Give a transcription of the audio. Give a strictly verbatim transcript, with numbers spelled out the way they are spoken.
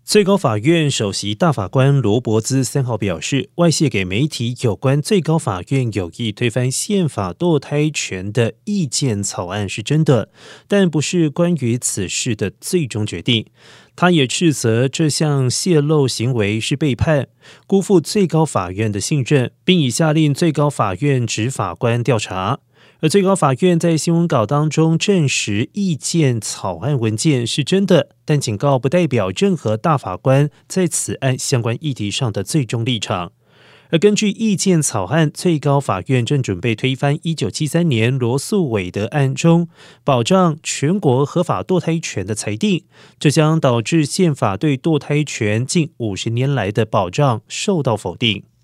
最高法院首席大法官罗伯兹三号表示，外泄给媒体有关最高法院有意推翻宪法堕胎权的意见草案是真的，但不是关于此事的最终决定。他也斥责这项泄露行为是背叛，辜负最高法院的信任，并已下令最高法院执法官调查。而最高法院在新闻稿当中证实意见草案文件是真的，但警告不代表任何大法官在此案相关议题上的最终立场。而根据意见草案，最高法院正准备推翻一九七三年罗诉韦德案中保障全国合法堕胎权的裁定，这将导致宪法对堕胎权近五十年来的保障受到否定。